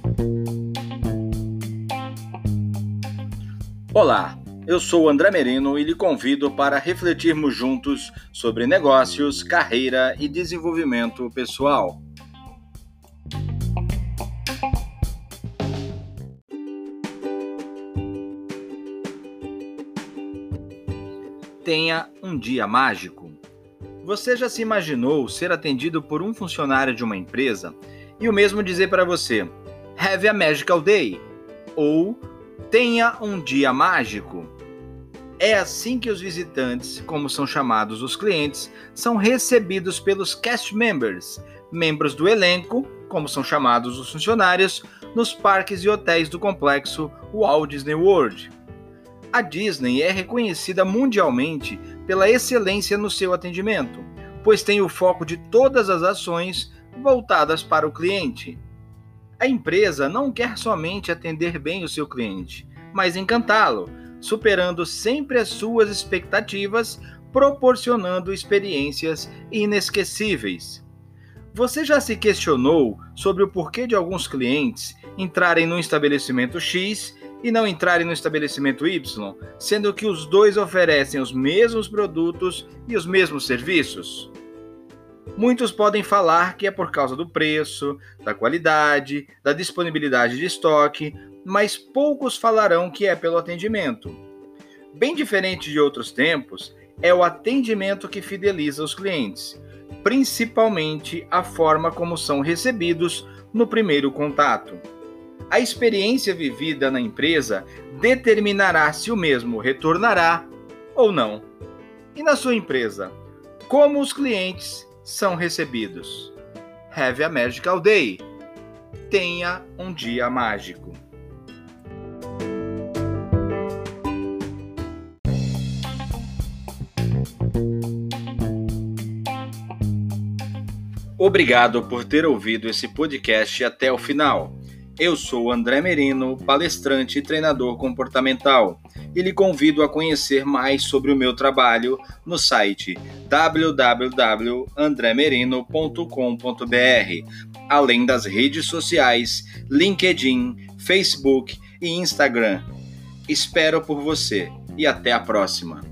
Olá, eu sou André Merino e lhe convido para refletirmos juntos sobre negócios, carreira e desenvolvimento pessoal. Tenha um dia mágico. Você já se imaginou ser atendido por um funcionário de uma empresa e o mesmo dizer para você: "Have a magical day" ou "Tenha um dia mágico"? É assim que os visitantes, como são chamados os clientes, são recebidos pelos cast members, membros do elenco, como são chamados os funcionários, nos parques e hotéis do complexo Walt Disney World. A Disney é reconhecida mundialmente pela excelência no seu atendimento, pois tem o foco de todas as ações voltadas para o cliente. A empresa não quer somente atender bem o seu cliente, mas encantá-lo, superando sempre as suas expectativas, proporcionando experiências inesquecíveis. Você já se questionou sobre o porquê de alguns clientes entrarem no estabelecimento X e não entrarem no estabelecimento Y, sendo que os dois oferecem os mesmos produtos e os mesmos serviços? Muitos podem falar que é por causa do preço, da qualidade, da disponibilidade de estoque, mas poucos falarão que é pelo atendimento. Bem diferente de outros tempos, é o atendimento que fideliza os clientes, principalmente a forma como são recebidos no primeiro contato. A experiência vivida na empresa determinará se o mesmo retornará ou não. E na sua empresa, como os clientes são recebidos? Have a magical day. Tenha um dia mágico. Obrigado por ter ouvido esse podcast até o final. Eu sou André Merino, palestrante e treinador comportamental, e lhe convido a conhecer mais sobre o meu trabalho no site www.andremerino.com.br, além das redes sociais LinkedIn, Facebook e Instagram. Espero por você e até a próxima!